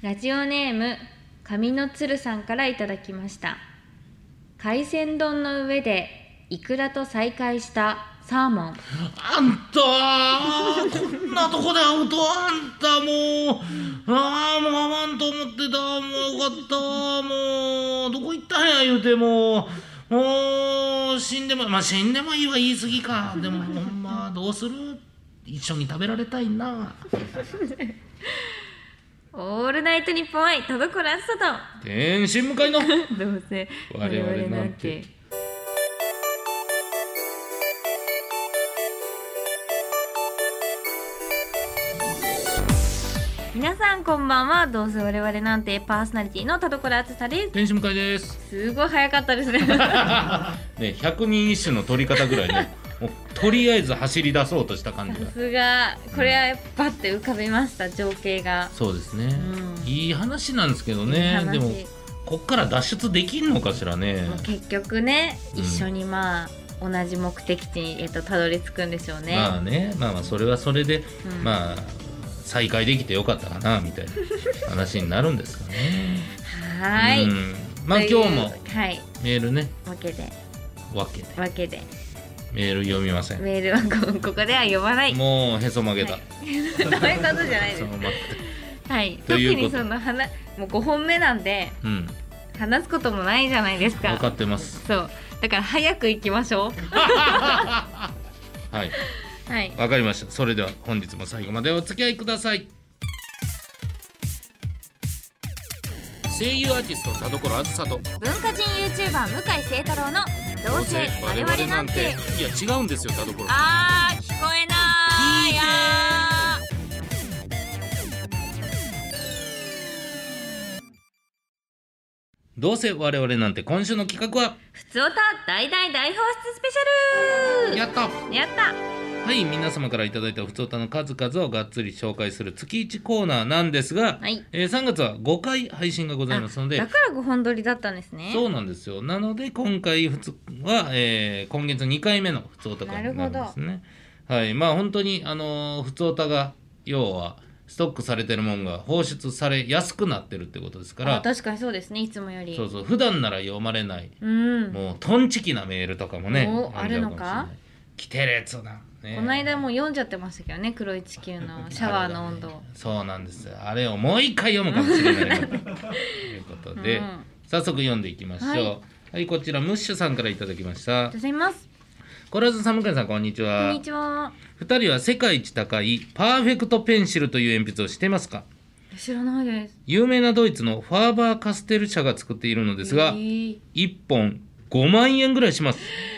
ラジオネーム上の鶴さんからいただきました。海鮮丼の上でイクラと再会したサーモン。 あんたこんなとこで会うとあんたもうもう会わんと思ってた。もうよかった。もうどこ行ったんや言うても死んでも死んでもいいは言い過ぎか。でもほんまどうする。一緒に食べられたいな。 オールナイトニッポン愛田所あずさと天使向かいのどうせ我々なんて。皆さんこんばんは。どうせ我々なんてパーソナリティの田所あずさです。 天使向かいです。 すごい早かったですね。 ね、100人一首の取り方ぐらいねもうとりあえず走り出そうとした感じが。 さすがこれはバッて浮かびました、情景が。 そうですね、 うん、 いい話なんですけどね。でもこっから脱出できんのかしらね。 結局ね、一緒に同じ目的地に、たどり着くんでしょうね。 まあね、まあそれはそれで、まあ再会できてよかったかなみたいな話になるんですかね。 はい、 まあ今日もメールね、 わけでメール読みません。 メールはここでは読まない。 もうへそ曲げた、 そういうことじゃないです。はい、特にそのもう5本目なんで、話すこともないじゃないですか。 分かってます。 そうだから早く行きましょう。 はいはい、わかりました。それでは本日も最後までお付き合いください。声優アーティスト田所あずさと文化人 YouTuber 向井聖太郎のどうせ我々なんて。 いや違うんですよ田所。 聞こえないどうせ我々なんて。今週の企画はふつおた大大大放出スペシャル。 やったはい、皆様からいただいたふつおたの数々をがっつり紹介する月1コーナーなんですが、3月は5回配信がございますので。 だから5本撮りだったんですね。 そうなんですよ。なので今回は、今月2回目のふつおた会になるんですね。はい、まあ本当にふつおたが要はストックされてるものが放出されやすくなってるってことですから。 確かにそうですね、いつもより。 そう普段なら読まれない、もうトンチキなメールとかもねあるのか。 来てるやつな、 ね、この間もう読んじゃってましたけどね、黒い地球のシャワーの温度、 そうなんですよ。あれをもう一回読むかもしれないということで、早速読んでいきましょう。はい、こちらムッシュさんからいただきました。 ありがとうございます。 コラズさん、向井さん、こんにちは。 こんにちは。 2人は世界一高いパーフェクトペンシルという鉛筆を知っていますか？ 知らないです。 有名なドイツのファーバーカステル社が作っているのですが、1本5万円ぐらいします。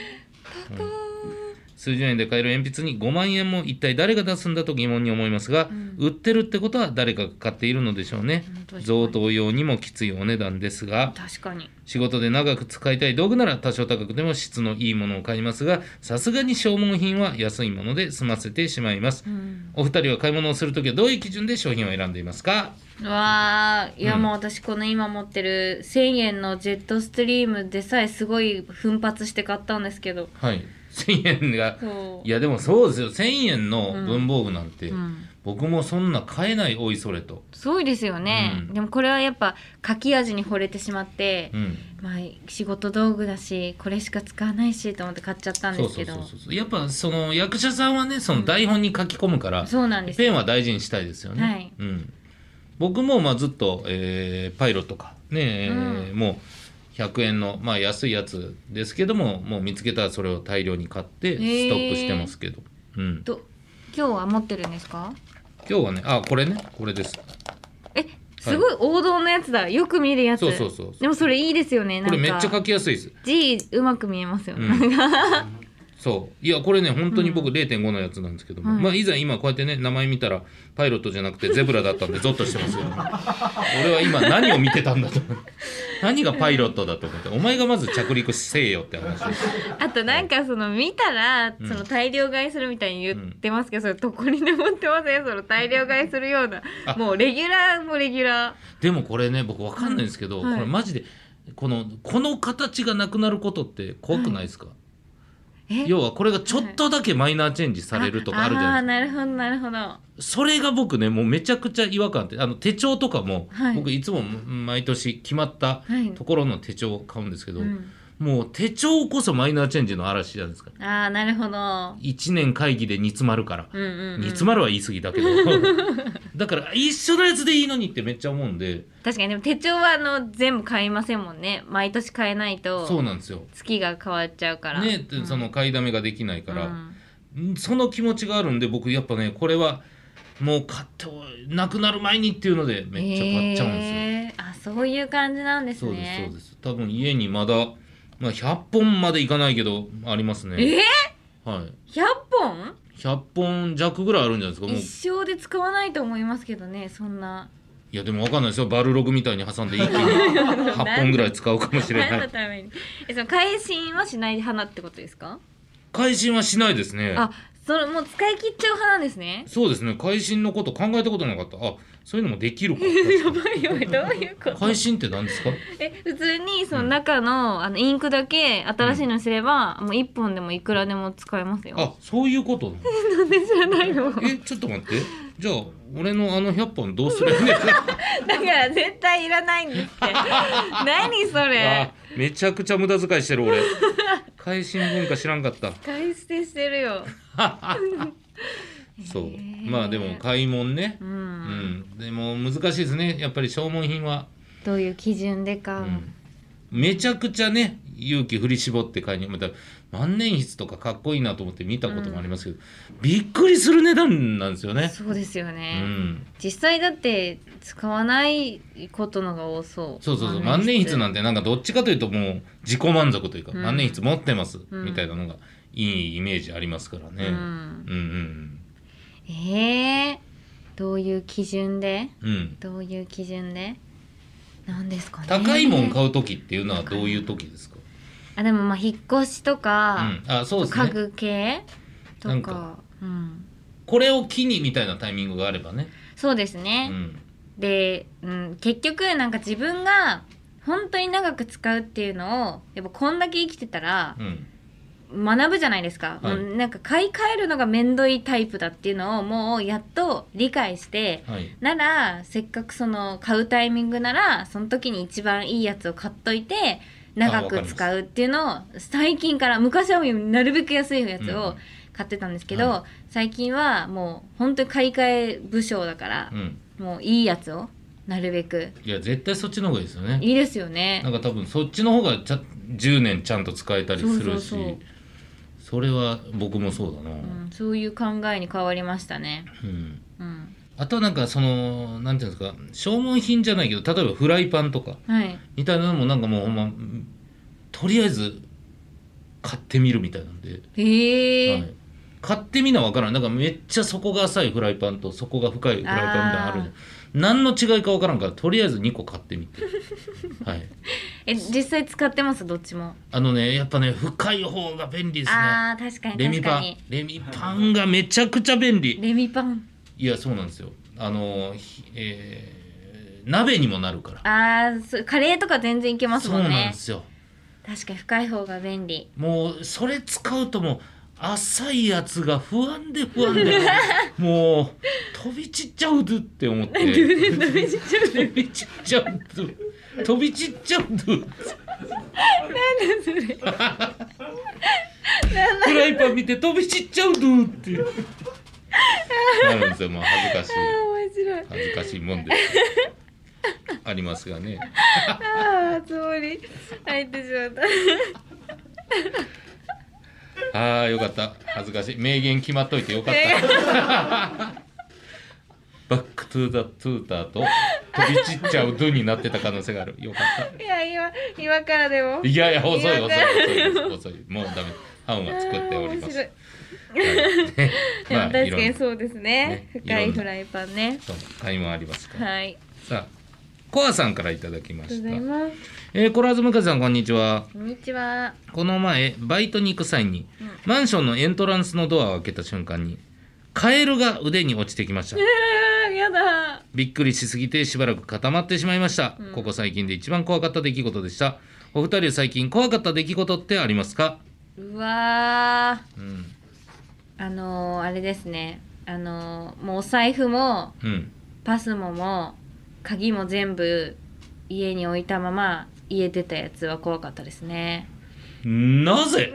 数十円で買える鉛筆に5万円も一体誰が出すんだと疑問に思いますが、売ってるってことは誰かが買っているのでしょうね。贈答用にもきついお値段ですが、 確かに仕事で長く使いたい道具なら多少高くても質のいいものを買いますが、さすがに消耗品は安いもので済ませてしまいます。お二人は買い物をするときはどういう基準で商品を選んでいますか？ わー、いやもう私この今持ってる1000円のジェットストリームでさえすごい奮発して買ったんですけど、 はい、1000円が、いやでもそうですよ。1000円の文房具なんて、僕もそんな買えない。おいそれとそうですよね、でもこれはやっぱ書き味に惚れてしまって、まあ仕事道具だしこれしか使わないしと思って買っちゃったんですけど、 やっぱその役者さんはね、その台本に書き込むから、 そうなんです。 ペンは大事にしたいですよね。はい、僕もずっと、パイロットかね、もう100円の、安いやつですけども、もう見つけたらそれを大量に買ってストックしてますけど、 今日は持ってるんですか？ 今日はね、これね、これです。 すごい王道のやつだ。よく見るやつ。 そうでもそれいいですよね。 これめっちゃ書きやすいです。 字うまく見えますよね。 そういやこれね本当に僕 0.5 のやつなんですけども、いざ今こうやってね名前見たらパイロットじゃなくてゼブラだったんでゾッとしてますよ、俺は今何を見てたんだと何がパイロットだと思って、お前がまず着陸せえよって話です。 あとなんかその見たらその大量買いするみたいに言ってますけど、それどこにでも売ってません？その大量買いするような、もうレギュラーもレギュラーでもこれね僕わかんないんですけど、これマジでこの形がなくなることって怖くないですか？ 要はこれがちょっとだけマイナーチェンジされるとかあるじゃないですか。 なるほどなるほど。 それが僕ねもうめちゃくちゃ違和感あって、手帳とかも、 はい、 僕いつも毎年決まったところの手帳を買うんですけど、もう手帳こそマイナーチェンジの嵐じゃないですか。 なるほど。 1年会議で煮詰まるから、煮詰まるは言い過ぎだけどだから一緒のやつでいいのにってめっちゃ思うんで。 確かにでも手帳は全部買いませんもんね。毎年買えないとそうなんですよ、 月が変わっちゃうからね、その買いだめができないから、その気持ちがあるんで僕やっぱねこれはもう買ってなくなる前にっていうのでめっちゃ買っちゃうんですよ。 そういう感じなんですね。 そうです多分家にまだ、100本までいかないけどありますね。はい、 100本 100本弱ぐらいあるんじゃないですか。もう一生で使わないと思いますけどね。そんな。 いやでも分かんないですよ。バルログみたいに挟んで一気に8本ぐらい使うかもしれない。 何のためにその返信はしない派ってことですか？ 返信はしないですね。 もう使い切っちゃう派なんですね。 そうですね。返信のこと考えたことなかった。そういうのもできるか。 やばいよ、どういうこと？ 返信って何ですか？ 普通にその中の、インクだけ新しいのすれば、もう1本でもいくらでも使えますよ。 そういうことなんで知らないの？ ちょっと待って。じゃあ俺の100本どうするんですか？ だから絶対いらないんですって。何それ？ めちゃくちゃ無駄遣いしてる俺。返信文化知らんかった。 使い捨てしてるよ。 そうでも買い物ね、でも難しいですね。やっぱり消耗品はどういう基準で買う、 めちゃくちゃね勇気振り絞って買いにまた万年筆とかかっこいいなと思って見たこともありますけど、びっくりする値段なんですよね。 そうですよね、実際だって使わないことのが多そう。 そう万年筆なんてなんかどっちかというともう自己満足というか、万年筆持ってます、みたいなのがいいイメージありますからね。 どういう基準で、どういう基準でなんですかね。 高いもん買う時っていうのはどういう時ですか？ でも引っ越しとか、 そうですね、 家具系とか、 これを機にみたいなタイミングがあればね。 そうですね、で、結局なんか自分が本当に長く使うっていうのをやっぱこんだけ生きてたら、学ぶじゃないですか、もうなんか買い替えるのがめんどいタイプだっていうのをもうやっと理解して、ならせっかくその買うタイミングならその時に一番いいやつを買っといて長く使うっていうのを最近から、昔はなるべく安いやつを買ってたんですけど、最近はもう本当に買い替え武将だから、もういいやつをなるべく。 いや絶対そっちの方がいいですよね。 いいですよね。 なんか多分そっちの方が10年ちゃんと使えたりするし、それは僕もそうだな、 そういう考えに変わりましたね。 あとはなんかそのなんていうんですか、消耗品じゃないけど例えばフライパンとか、みたいなのもなんかもうほんまとりあえず買ってみるみたいなんで、買ってみな分からん。なんかめっちゃ底が浅いフライパンと底が深いフライパンみたいなのあるじゃん。何の違いか分からんからとりあえず2個買ってみて実際使ってます？どっちも。 やっぱね深い方が便利ですね。 確かにレミパンがめちゃくちゃ便利。 レミパン、 いやそうなんですよ。鍋にもなるから。 カレーとか全然いけますもんね。 そうなんですよ。 確かに深い方が便利。 もうそれ使うともう浅いやつが不安でもう飛び散っちゃうぞって思って飛び散っちゃうぞなんでそれフライパン見て飛び散っちゃうぞってなるんですよ。もう恥ずかしいもんでありますがね。 つもり入ってしまったよかった。恥ずかしい。名言決まっといてよかった。バックトゥーザトゥーターと飛び散っちゃうドゥになってた可能性がある。よかった。 いや今からでも。 いや遅い。もうダメ。班は作っております。 でも確かにそうですね。深いフライパンね。 買いもありますから。さあコアさんからいただきました。コラーズムカさんこんにちは。 こんにちは。 この前バイトに行く際に、マンションのエントランスのドアを開けた瞬間にカエルが腕に落ちてきました。 やだ。 びっくりしすぎてしばらく固まってしまいました。ここ最近で一番怖かった出来事でした。お二人は最近怖かった出来事ってありますか？ うわー、うん、 あれですね、もうお財布も、 うん、 パスモも鍵も全部家に置いたまま家出たやつは怖かったですね。 なぜ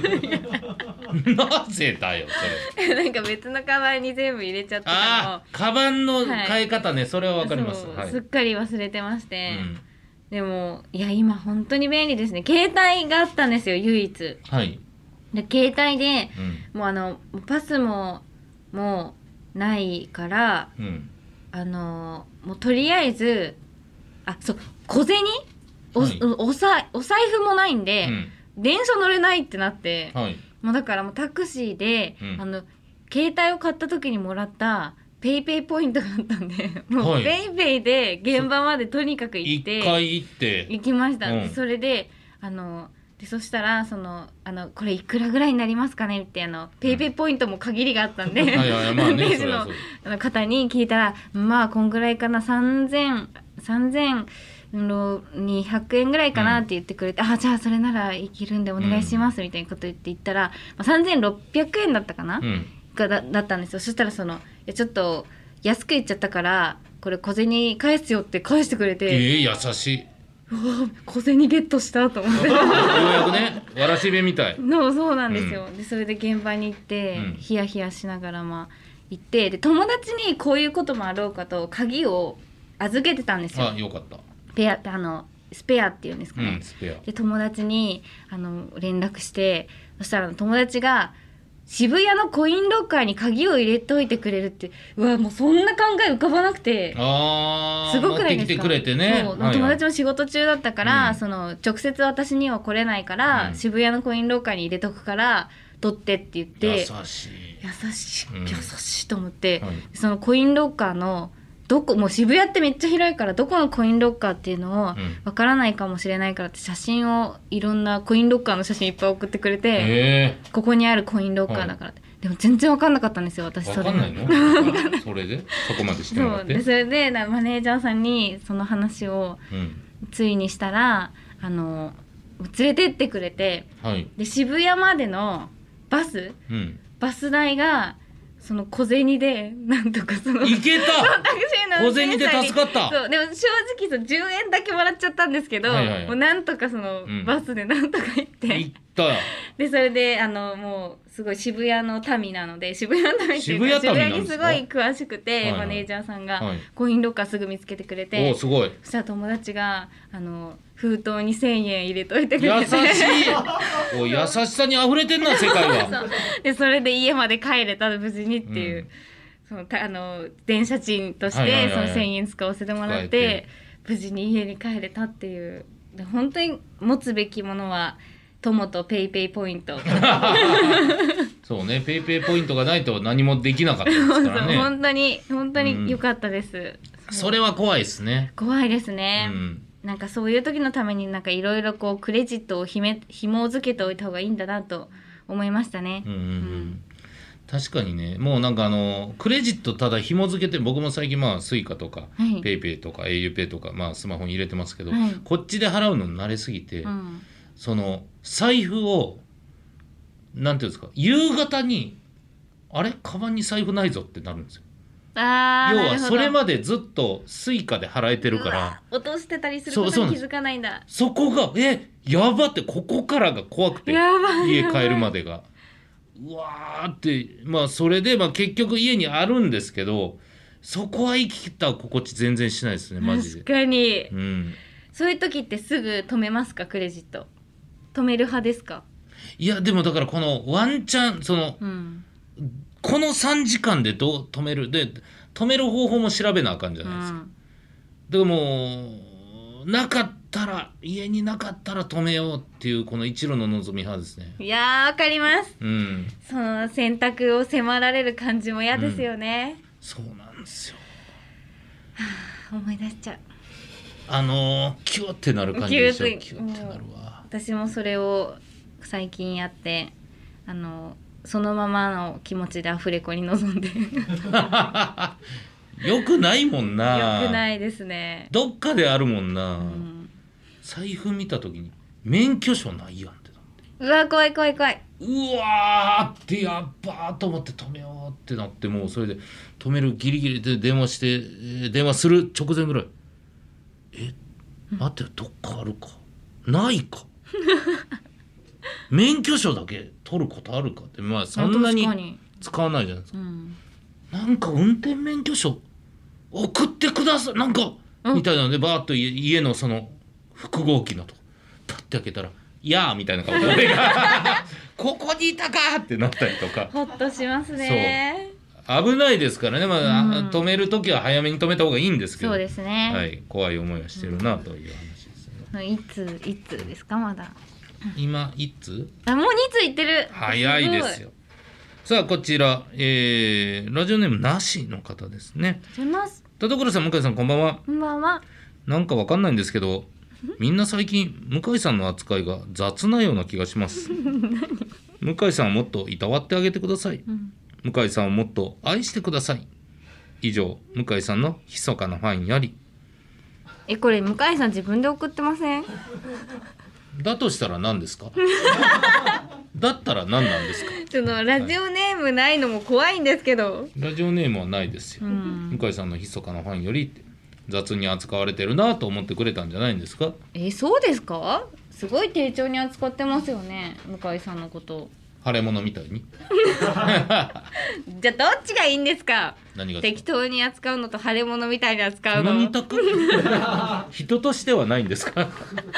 なぜだよそれ。 なんか別のカバンに全部入れちゃってたのを、 カバンの買い方ね、はい、それはわかります。はい、 すっかり忘れてまして、でもいや今本当に便利ですね。携帯があったんですよ唯一。 はい。 で携帯で、もうパスももうないから、もうとりあえずそう小銭お財布もないんで、電車乗れないってなって、もうだからもうタクシーで、携帯を買った時にもらったペイペイポイントがあったんで、もうペイペイで現場までとにかく行って 1回行きました。それでそしたらこれいくらぐらいになりますかねってペイペイポイントも限りがあったんで、運転手の方に聞いたら、まあこんぐらいかな、3200円ぐらいかなって言ってくれて、じゃあそれならいけるんでお願いしますみたいなこと言って言ったら、3600円だったかな、だったんですよ。そしたらちょっと安く言っちゃったからこれ小銭返すよって返してくれて、 優しい。 小銭ゲットしたと思ってようやくね、わらしべみたいそうなんですよ、でそれで現場に行って、ヒヤヒヤしながら行って、で友達にこういうこともあろうかと鍵を預けてたんですよ。 よかった。 スペアっていうんですかね、で友達に連絡して、そしたら友達が渋谷のコインロッカーに鍵を入れといてくれるって、もうそんな考え浮かばなくて、すごくないですか。持ってきてくれてね。友達も仕事中だったから、直接私には来れないから、渋谷のコインロッカーに入れとくから取ってって言って、優しいと思って、そのコインロッカーのもう渋谷ってめっちゃ広いから、どこのコインロッカーっていうのをわからないかもしれないからって写真を、いろんなコインロッカーの写真いっぱい送ってくれて、ここにあるコインロッカーだからって、でも全然わかんなかったんですよ私。それわかんないのそれでそこまでしてもらって、 それでマネージャーさんにその話をついにしたら、連れてってくれて、で渋谷までのバス代がその小銭でなんとかいけた小銭で助かった。 そうでも正直10円だけもらっちゃったんですけど、もうなんとかバスでなんとか行ってでそれでもうすごい渋谷の民なので、渋谷の民っていうか渋谷にすごい詳しくて、マネージャーさんがコインロッカーすぐ見つけてくれて、 すごい。 そしたら友達が封筒に1000円入れといてくれて、 優しい優しさにあふれてんな世界はでそれで家まで帰れた無事にっていう、電車賃としてその1000円使わせてもらって無事に家に帰れたっていう。で本当に持つべきものは友とペイペイポイントそうね、ペイペイポイントがないと何もできなかったですからね。 本当に良かったです、 それは怖いですね。 怖いですね、なんかそういう時のためになんかいろいろクレジットを紐づけておいた方がいいんだなと思いましたね。 確かにね、もうなんかクレジットただ紐付けて、僕も最近スイカとか、ペイペイとか auPay とかスマホに入れてますけど、こっちで払うのに慣れすぎて、その財布をなんていうんですか、夕方にカバンに財布ないぞってなるんですよ。要はそれまでずっとスイカで払えてるから落としてたりすることに気づかないんだ。 そこがやばって、ここからが怖くて、家帰るまでがうわーって、それで結局家にあるんですけど、そこは生き切った心地全然しないですねマジで。 確かに、そういう時ってすぐ止めますか？クレジット止める派ですか？ いやでもだからこのワンチャンこの3時間でどう止めるで、止める方法も調べなあかんじゃないですか。でも家になかったら止めようっていう、この一路の望み派ですね。 いやわかります、その選択を迫られる感じも嫌ですよね、 そうなんですよ。 思い出しちゃう。 キューってなる感じでしょ。キューってなるわ。 私もそれを最近やって、そのままの気持ちでアフレコに臨んでよくないもんな。 よくないですね。 どっかであるもんな、財布見た時に免許証ないやんってなって。 うわ怖い怖い怖い。 うわーってやっばーと思って止めようってなって、もうそれで止めるギリギリで電話して、電話する直前ぐらい、待ってどっかあるかないか免許証だけ取ることあるかって、まあそんなに使わないじゃないですか、なんか運転免許証送ってくださいなんか、みたいなのでバーッと家のその複合機のとこパッて開けたら「いやー」みたいな顔で俺がここにいたかってなったりとか、 ほっとしますね。 危ないですからね、まあ止めるときは早めに止めた方がいいんですけど、 そうですね、 はい、怖い思いをしてるなという話ですね。 いつですかまだ。 今いつ？ もう2ついってる。 早いですよ。さあこちら、ラジオネームなしの方ですね。田所さん、向井さん、こんばんは。 こんばんは。 なんかわかんないんですけど、みんな最近向井さんの扱いが雑なような気がします向井さんをもっといたわってあげてください、向井さんをもっと愛してください。以上、向井さんの密かなファンより。 これ向井さん自分で送ってません？ だとしたら何ですかだったら何なんですか。 そのラジオネームないのも怖いんですけど、 ラジオネームはないですよ、向井さんの密かなファンよりって雑に扱われてるなと思ってくれたんじゃないんですか。 そうですか？すごい丁重に扱ってますよね、向井さんのこと。 腫れ物みたいにじゃあどっちがいいんですか？ 何が適当に扱うのと腫れ物みたいに扱うの。 その二択人としてはないんですか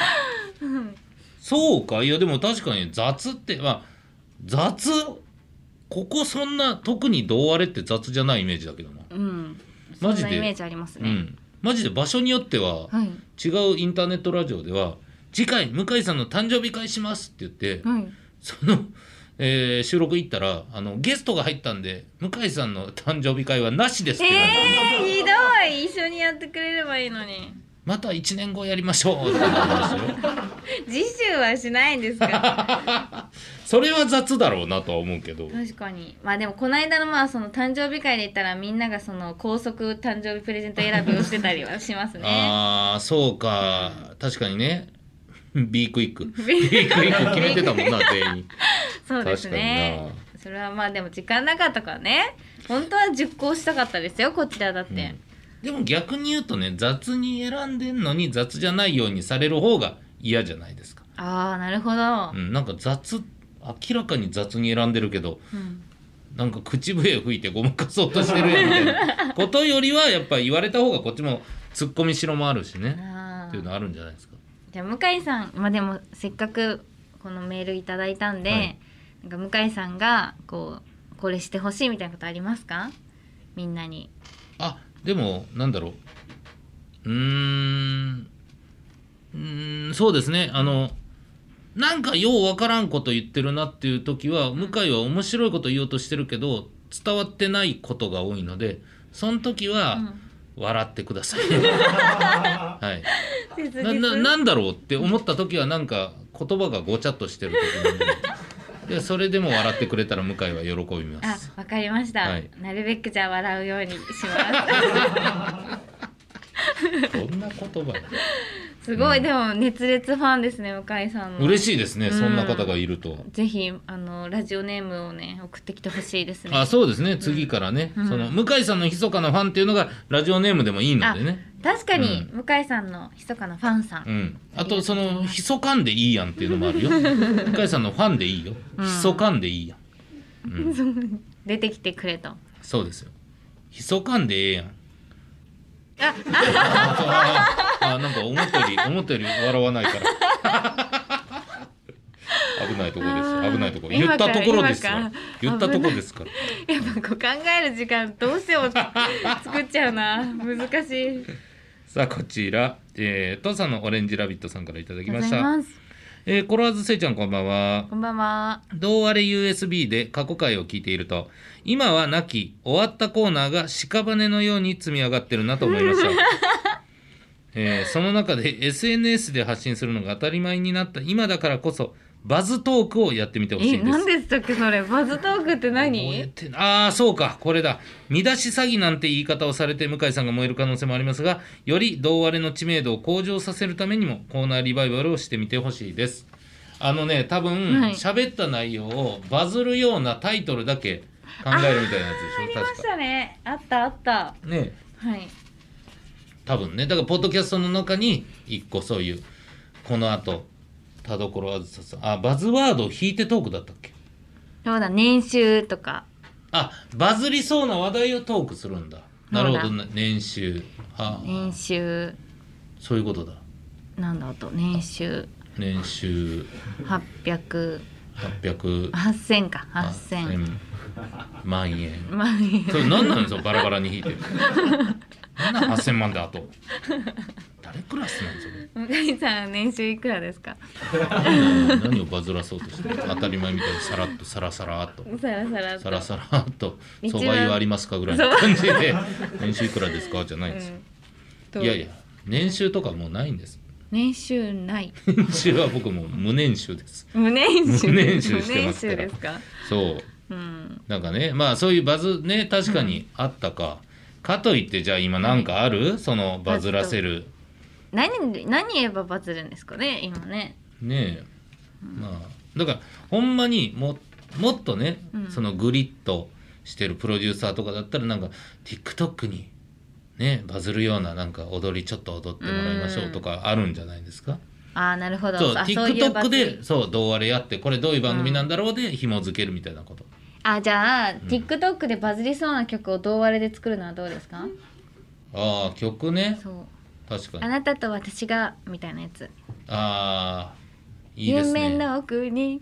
そうか。いやでも確かに雑って、まあ雑、ここそんな特にどうあれって雑じゃないイメージだけどな。マジでそんなイメージありますね、 マジで場所によっては、違うインターネットラジオでは次回向井さんの誕生日会しますって言って、その、収録行ったらゲストが入ったんで向井さんの誕生日会はなしですって言われて、 ひどい。一緒にやってくれればいいのに。 また1年後やりましょうってなりますよ次週はしないんですかそれは雑だろうなとは思うけど。 確かに。まあでもこの間のその誕生日会で言ったらみんながその高速誕生日プレゼント選びをしてたりはしますねああそうか、確かにねB クイック決めてたもんな全員そうですね。それはまあでも時間なかったからね、本当は熟考したかったですよこちらだって、 でも逆に言うとね、雑に選んでんのに雑じゃないようにされる方が嫌じゃないですか。 なるほど、 なんか明らかに雑に選んでるけど、なんか口笛吹いてごまかそうとしてるやんみたいなことよりはやっぱ言われた方がこっちもツッコミしろもあるしねっていうのあるんじゃないですか。 じゃあ向井さん、でもせっかくこのメールいただいたんで、なんか向井さんがこれしてほしいみたいなことありますか？みんなに。 でもなんだろう、そうですね、なんかようわからんこと言ってるなっていう時は、向井は面白いこと言おうとしてるけど伝わってないことが多いので、その時は笑ってください、なんだろうって思った時はなんか言葉がごちゃっとしてる時なんでそれでも笑ってくれたら向井は喜びます。 わかりました、なるべくじゃあ笑うようにしますどんな言葉すごい、でも熱烈ファンですね向井さんの。 嬉しいですね、そんな方がいると。 ぜひラジオネームをね送ってきてほしいですね。 そうですね、次からね、その向井さんの密かなファンっていうのがラジオネームでもいいのでね。 確かに、向井さんの密かなファンさん、 あとその密かんでいいやんっていうのもあるよ向井さんのファンでいいよ、密かんでいいやん、 出てきてくれと。 そうですよ、密かんでええやん。なんか思ったより笑わないから危ないとこです、危ないとこ、言ったところですよ、言ったとこですから。 やっぱ考える時間どうしても作っちゃうな、難しい。 さあこちら、父さんのオレンジラビットさんからいただきました。コロワーズせいちゃん、こんばんは。 こんばんは。 どうあれ USB で過去回を聞いていると、今はなき終わったコーナーが屍のように積み上がってるなと思いましたその中で SNS で発信するのが当たり前になった今だからこそ、バズトークをやってみてほしいです。 何でしたっけそれ、バズトークって何？ そうか、これだ。見出し詐欺なんて言い方をされて向井さんが燃える可能性もありますが、よりどうあれの知名度を向上させるためにもコーナーリバイバルをしてみてほしいです。 多分喋った内容をバズるようなタイトルだけ考えるみたいなやつでしょ。 ありましたね。あったね。 はい。 多分ね、だからポッドキャストの中に一個そういうこの後田所あずささん、バズワードを引いてトークだったっけ。 そうだ、年収とか。 バズりそうな話題をトークするんだ。なるほどね。年収。 年収。 そういうことだ。 なんだと年収800 8000か8000 万円。 それ何なんですよ、バラバラに引いてる。何なん8000万であと。誰クラスなんですよ。 向井さん年収いくらですか。 何をバズらそうとしてる。当たり前みたいにさらっとサラサラっと相場はありますかぐらいの感じで年収いくらですかじゃないんですよ。いやいや、年収とかもうないんです。 年収ない。 年収は僕も無年収です。 無年収してますから。 ですか。 そう、なんかね、まあそういうバズね、確かにあったか、かといってじゃあ今なんかある、そのバズらせる何言えばバズるんですかね今ね。 ねえ、まあだからほんまにもっとね、そのグリッとしてるプロデューサーとかだったらなんか TikTok にねバズるようななんかちょっと踊ってもらいましょうとかあるんじゃないですか。 なるほど。 そう TikTok でそうどうあれやってこれどういう番組なんだろうで紐付けるみたいなこと。 じゃあ、TikTok でバズりそうな曲をどうあれで作るのはどうですか。 曲ね。 そう確かに。 あなたと私がみたいなやつ。 いいですね。 夢の奥に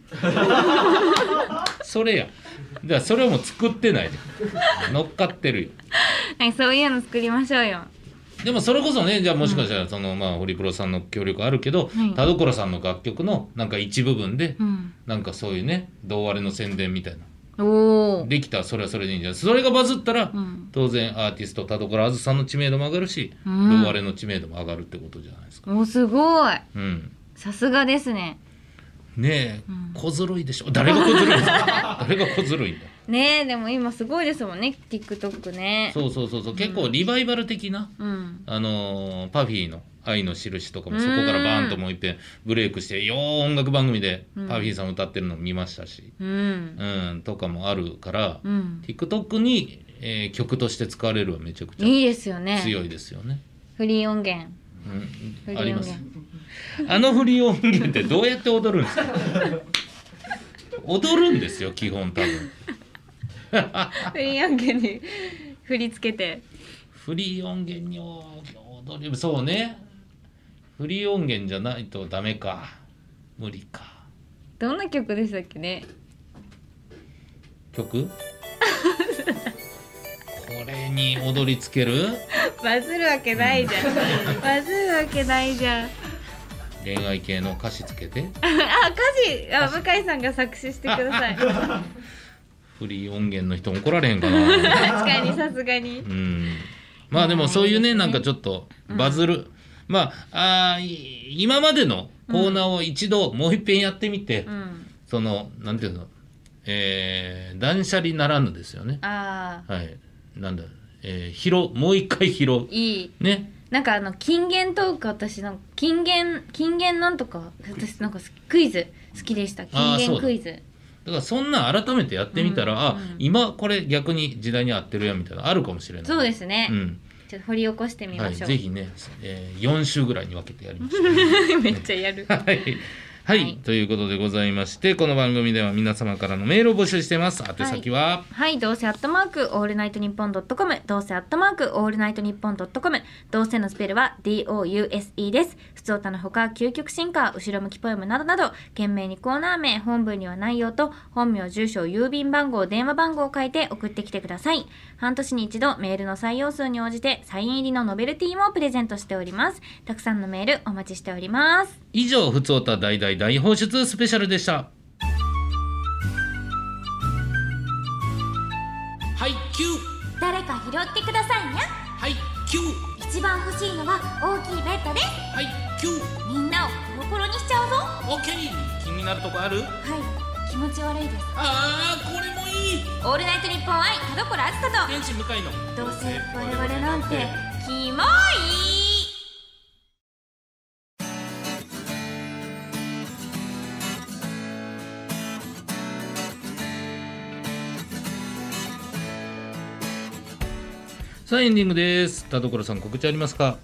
それや。じゃあそれをもう作ってないで乗っかってるよ。 そういうの作りましょうよ。 でもそれこそね、じゃあもしかしたらその、ホリプロさんの協力あるけど、田所さんの楽曲のなんか一部分で、なんかそういうねどうあれの宣伝みたいなできたらそれはそれでいいんじゃない。それがバズったら、当然アーティスト田所あずさんの知名度も上がるし、どうあれの知名度も上がるってことじゃないですか。 すごい。さすがですね。 ねえ、小ずるいでしょ。誰が小ずるいんだ。誰が小ずるいんだ。 ねえ、でも今すごいですもんね TikTok ね。 そう結構リバイバル的な、パフィーの愛の印とかもそこからバーンともう一遍ブレイクして音楽番組でパフィーさん歌ってるの見ましたし、とかもあるから、TikTok に、曲として使われるはめちゃくちゃいいですよね。 強いですよね。 フリー音源、 あります。フリー音源ってどうやって踊るんですか。踊るんですよ基本多分。 フリー音源に振り付けてフリー音源に踊る。そうね、フリー音源じゃないとダメか。無理か。 どんな曲でしたっけね。 曲これに踊りつける。 バズるわけないじゃん。バズるわけないじゃん。 恋愛系の歌詞つけて。 歌詞向井さんが作詞してください。 フリー音源の人怒られへんかな。 確かにさすがに。 まあでもそういうね、なんかちょっとバズる、今までのコーナーを一度もう一遍やってみて、そのなんていうの、断捨離ならぬですよね。なんだ、もう一回拾う。いいね。 なんか金言トーク、私の金言なんとか、私なんかクイズ好きでした。金言クイズ。 だからそんな改めてやってみたら、今これ逆に時代に合ってるやみたいなのあるかもしれない。 そうですね。ちょっと掘り起こしてみましょう。 ぜひね、4週ぐらいに分けてやりましょう。 めっちゃやる。 はい、ということでございまして、この番組では皆様からのメールを募集しています。宛先はどうせ@オールナイトニッポン.com、どうせ@オールナイトニッポン.com、どうせのスペルは DOUSE です。ふつおたのほか究極進化、後ろ向きポエムなどなど、懸命にコーナー名、本文には内容と本名、住所、郵便番号、電話番号を書いて送ってきてください。半年に一度メールの採用数に応じてサイン入りのノベルティもプレゼントしております。たくさんのメールお待ちしております。 以上、ふつおた大放出スペシャルでした。はいキュー、 誰か拾ってくださいにゃ。 はいキュー、 一番欲しいのは大きいベッドです。 はいキュー、 みんなをコロコロにしちゃうぞ。 オッケー。気になるとこある？ 気持ち悪いです。 これもいい。 オールナイトニッポン愛田所あずさと天使向かいのどうせ我々なんてキモい。 さあエンディングです。田所さん、告知ありますか？ はい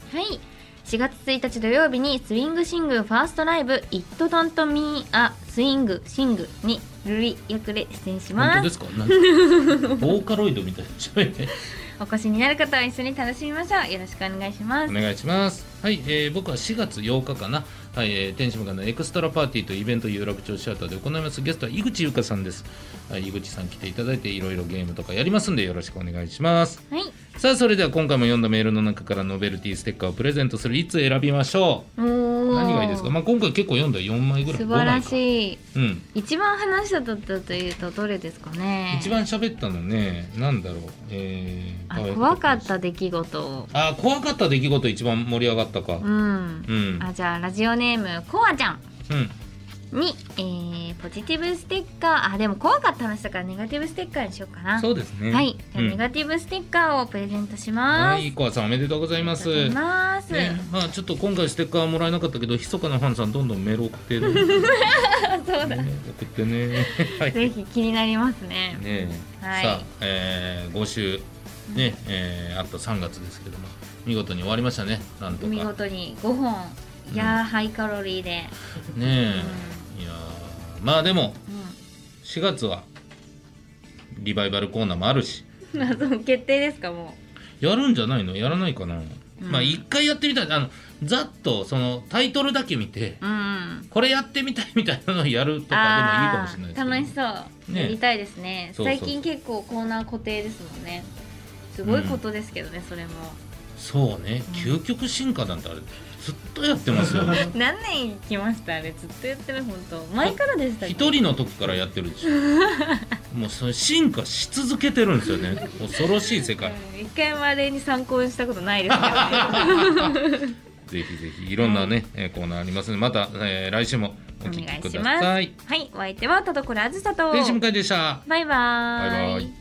、4月1日土曜日にスイングシングファーストライブ It Don't Mean a Swing シングにルリ役で出演します。 本当ですか？ボーカロイドみたいなちょいねお越しになる方は一緒に楽しみましょう。よろしくお願いします。 お願いします。はい、僕は4月8日かな、はい、天使向かのエクストラパーティーというイベントを有楽町シアターで行います。ゲストは井口優香さんです。はい、井口さん来ていただいていろいろゲームとかやりますんでよろしくお願いします。 はい、 さあそれでは今回も読んだメールの中からノベルティステッカーをプレゼントする1通選びましょう。何がいいですか？今回結構読んだ4枚ぐらい。 素晴らしい。 一番話したというとどれですかね？ 一番喋ったのね、なんだろう、 怖かった出来事。 怖かった出来事一番盛り上がったか。 じゃあラジオネームコアちゃんに、ポジティブステッカー、でも怖かった話だからネガティブステッカーにしようかな。 そうですね。 はい、じゃあネガティブステッカーをプレゼントします。 はい、コアさんおめでとうございます。ちょっと今回ステッカーはもらえなかったけど、密かなファンさんどんどんメール送ってねそうだ、 送ってねはい、 ぜひ気になりますね。 はい、さあ、5週ね、あと3月ですけども見事に終わりましたね。なんとか見事に5本、いやハイカロリーでねいやまあでも、4月はリバイバルコーナーもあるし謎決定ですか？もうやるんじゃないの？やらないかな。まあ一回やってみたい。ざっとそのタイトルだけ見て、これやってみたいみたいなのをやるとかでもいいかもしれないですけど。 楽しそう、やりたいですね。最近結構コーナー固定ですもんね。すごいことですけどね、それも。 そうね、究極進化なんてあれずっとやってますよね何年行きました？あれずっとやってる。本当前からでしたっけ？ 一人の時からやってるでしょもうそれ進化し続けてるんですよね。恐ろしい世界。 一回もあれに参考にしたことないですからねぜひぜひいろんなね、コーナーありますのでまた、来週もお聞きください。 はい、お相手は田所あずさと天使向井でした。 バイバーイ。 バイバイ。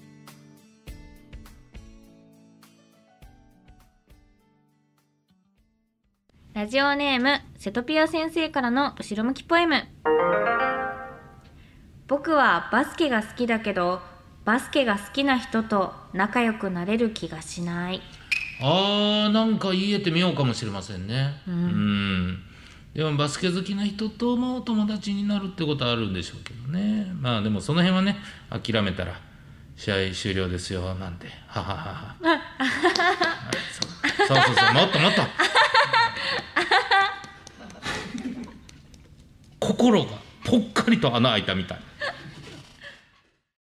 ラジオネームセトピア先生からの後ろ向きポエム。僕はバスケが好きだけどバスケが好きな人と仲良くなれる気がしない。 なんか言えてみようかもしれませんね。でもバスケ好きな人とも友達になるってことはあるんでしょうけどね。まあでもその辺はね諦めたら試合終了ですよなんてははははそうもっともっと心がぽっかりと穴開いたみたい。